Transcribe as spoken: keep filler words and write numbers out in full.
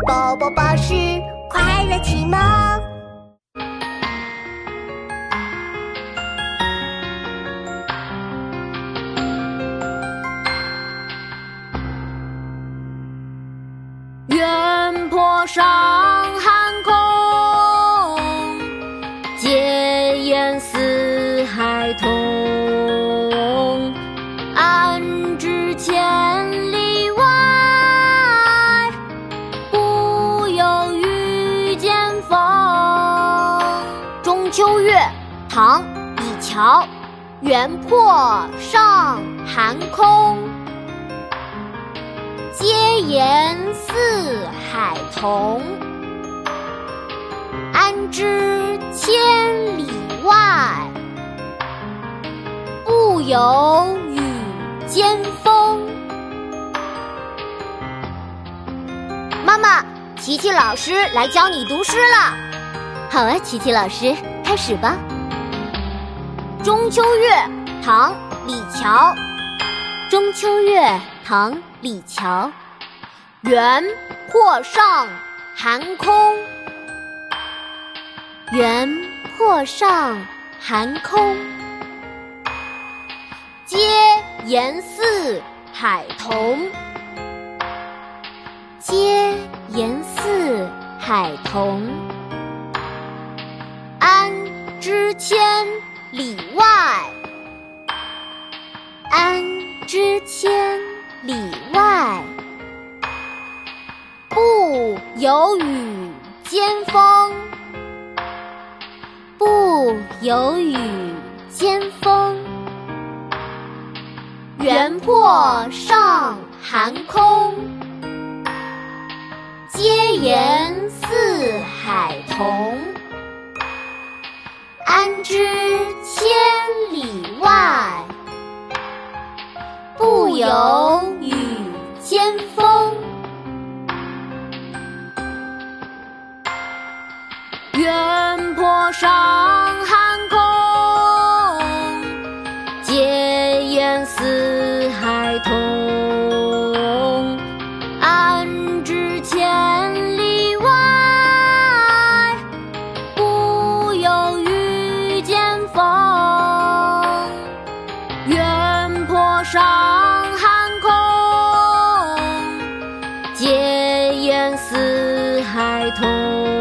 宝宝巴士快乐启蒙。 远坡上寒空，结烟似孩童。安知千里外，不有遇见风。中秋月，唐·李峤。远坡上寒空，结烟似孩童。安知千里外，不有雨兼风。妈妈，琪琪老师来教你读诗了。 好啊，琪琪老师，开始吧。 中秋月，唐·李峤。 中秋月，唐·李峤。 远坡上寒空， 远坡上寒空。 结烟似孩童。 结烟似孩童。 安知千里外， 安知千里外， 不有雨兼风。 不有雨兼风。 远坡上寒空，结烟似孩童。安知千里外，不有雨兼风。远坡上寒空，结烟似孩童。安知千里外，不有雨兼风。远坡上寒空，结烟似孩童。